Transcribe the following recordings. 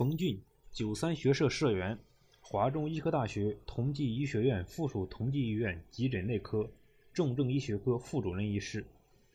冯俊，93学社社员，华中医科大学同济医学院附属同济医院急诊内科重症医学科副主任医师。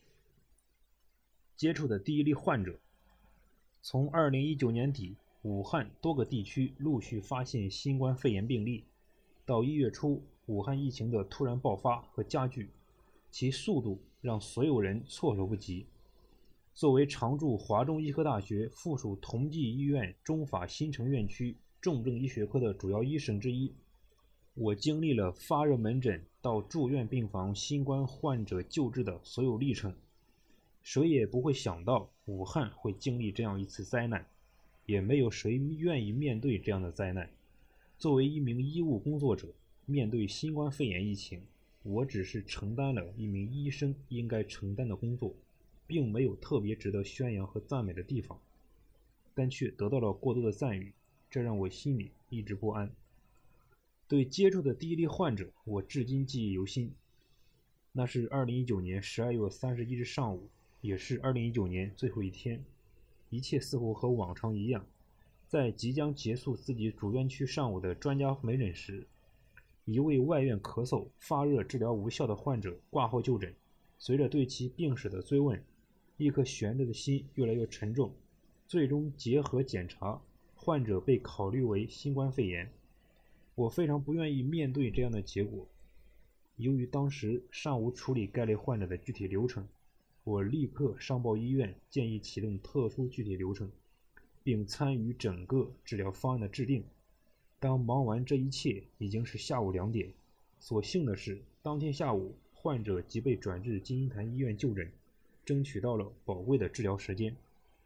接触的第一例患者，从2019年底，武汉多个地区陆续发现新冠肺炎病例，到1月初，武汉疫情的突然爆发和加剧，其速度让所有人措手不及。作为常驻华中医科大学附属同济医院中法新城院区重症医学科的主要医生之一，我经历了发热门诊到住院病房新冠患者救治的所有历程。谁也不会想到武汉会经历这样一次灾难，也没有谁愿意面对这样的灾难。作为一名医务工作者，面对新冠肺炎疫情，我只是承担了一名医生应该承担的工作，并没有特别值得宣扬和赞美的地方，但却得到了过多的赞誉，这让我心里一直不安。对接触的第一例患者，我至今记忆犹新。那是2019年12月31日上午，也是2019年最后一天，一切似乎和往常一样。在即将结束自己主院区上午的专家门诊时，一位外院咳嗽、发热治疗无效的患者挂号就诊。随着对其病史的追问，一颗悬着的心越来越沉重。最终结合检查，患者被考虑为新冠肺炎。我非常不愿意面对这样的结果。由于当时尚无处理该类患者的具体流程，我立刻上报医院，建议启动特殊具体流程，并参与整个治疗方案的制定。当忙完这一切，已经是下午2点。所幸的是，当天下午患者即被转至金银潭医院就诊，争取到了宝贵的治疗时间。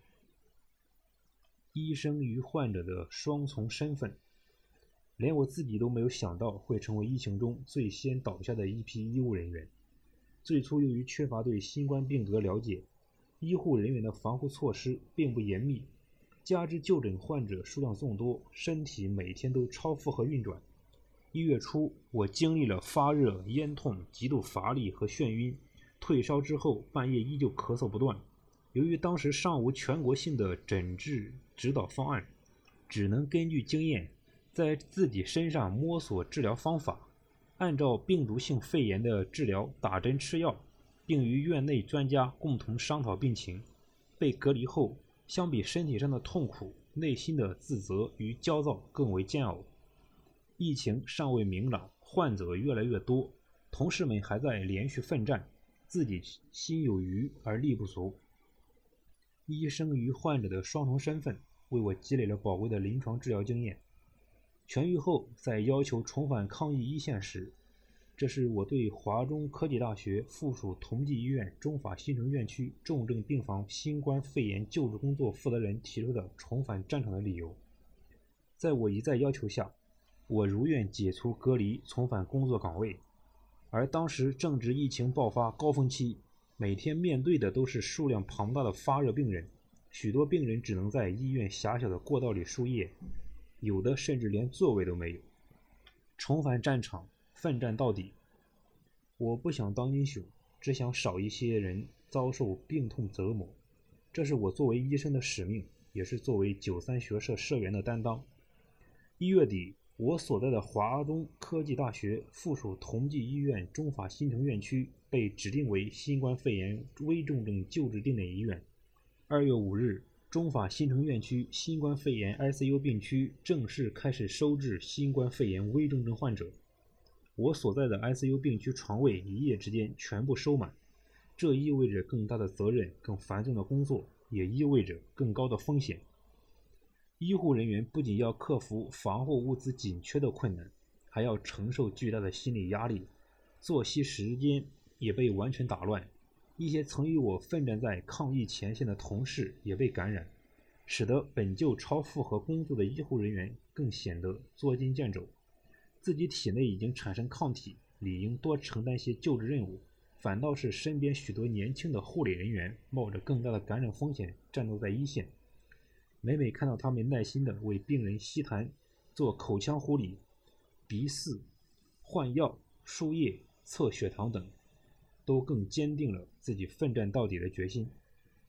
医生与患者的双重身份，连我自己都没有想到会成为疫情中最先倒下的一批医务人员。最初由于缺乏对新冠病毒的了解，医护人员的防护措施并不严密，加之就诊患者数量众多，身体每天都超负荷运转。1月初，我经历了发热、咽痛、极度乏力和眩晕，退烧之后半夜依旧咳嗽不断。由于当时尚无全国性的诊治指导方案，只能根据经验在自己身上摸索治疗方法，按照病毒性肺炎的治疗打针吃药，并与院内专家共同商讨病情。被隔离后，相比身体上的痛苦，内心的自责与焦躁更为煎熬。疫情尚未明朗，患者越来越多，同事们还在连续奋战，自己心有余而力不足。医生与患者的双重身份为我积累了宝贵的临床治疗经验。痊愈后，在要求重返抗疫一线时，这是我对华中科技大学附属同济医院中法新城院区重症病房新冠肺炎救治工作负责人提出的重返战场的理由。在我一再要求下，我如愿解除隔离，重返工作岗位。而当时正值疫情爆发高峰期，每天面对的都是数量庞大的发热病人，许多病人只能在医院狭小的过道里输液，有的甚至连座位都没有。重返战场，奋战到底。我不想当英雄，只想少一些人遭受病痛折磨。这是我作为医生的使命，也是作为93学社社员的担当。1月底，我所在的华中科技大学附属同济医院中法新城院区被指定为新冠肺炎危重症救治定点医院。2月5日，中法新城院区新冠肺炎 ICU 病区正式开始收治新冠肺炎危重症患者。我所在的 ICU 病区床位一夜之间全部收满，这意味着更大的责任、更繁重的工作，也意味着更高的风险。医护人员不仅要克服防护物资紧缺的困难，还要承受巨大的心理压力，作息时间也被完全打乱。一些曾与我奋战在抗疫前线的同事也被感染，使得本就超负荷工作的医护人员更显得捉襟见肘。自己体内已经产生抗体，理应多承担些救治任务，反倒是身边许多年轻的护理人员冒着更大的感染风险战斗在一线。每每看到他们耐心地为病人吸痰、做口腔护理、鼻饲、换药、输液、测血糖等，都更坚定了自己奋战到底的决心。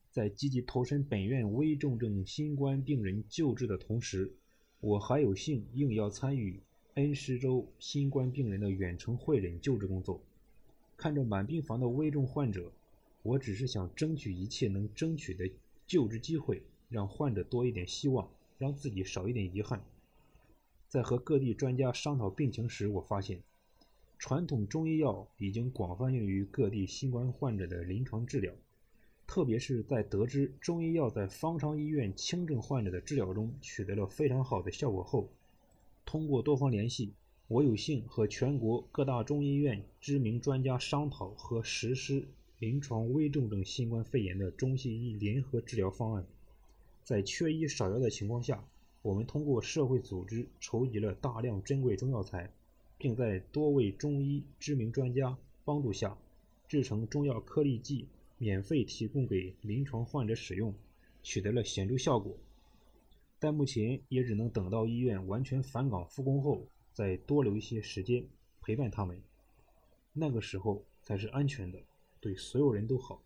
在积极投身本院危重症新冠病人救治的同时，我还有幸应邀参与恩施州新冠病人的远程会诊救治工作。看着满病房的危重患者，我只是想争取一切能争取的救治机会，让患者多一点希望，让自己少一点遗憾。在和各地专家商讨病情时，我发现传统中医药已经广泛用于各地新冠患者的临床治疗，特别是在得知中医药在方舱医院轻症患者的治疗中取得了非常好的效果后，通过多方联系，我有幸和全国各大中医院知名专家商讨和实施临床危重症新冠肺炎的中西医联合治疗方案。在缺医少药的情况下，我们通过社会组织筹集了大量珍贵中药材，并在多位中医知名专家帮助下，制成中药颗粒剂，免费提供给临床患者使用，取得了显著效果。但目前也只能等到医院完全返岗复工后，再多留一些时间陪伴他们，那个时候才是安全的，对所有人都好。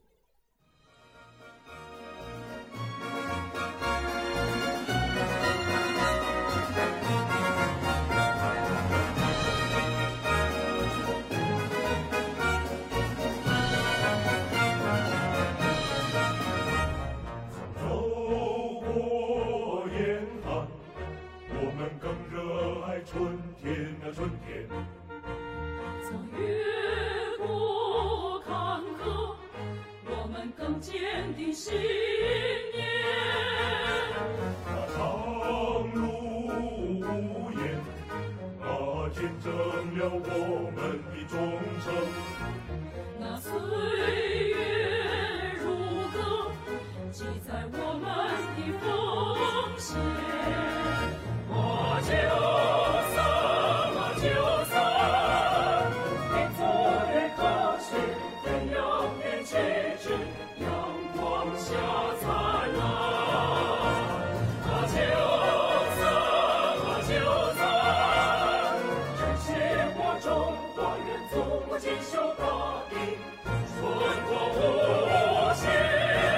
春天曾越过坎坷，我们更坚定信念。 那长路无言，见证了我们的忠诚。 那岁月如歌，记载我们的奉献。我坚守大地，存活无限。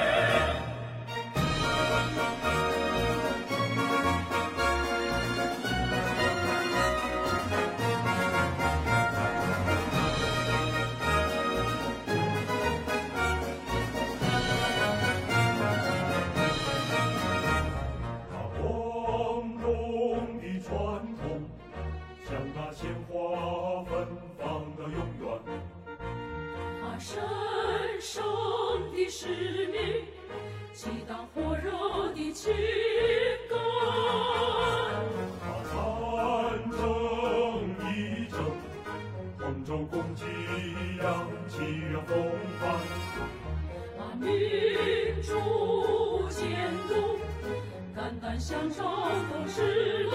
那光荣的传统，像那鲜花芬芳的永远。 神圣的使命，激荡火热的情感。 那战争一争，同舟共济，扬起了风帆。 那民主监督，肝胆相照，同时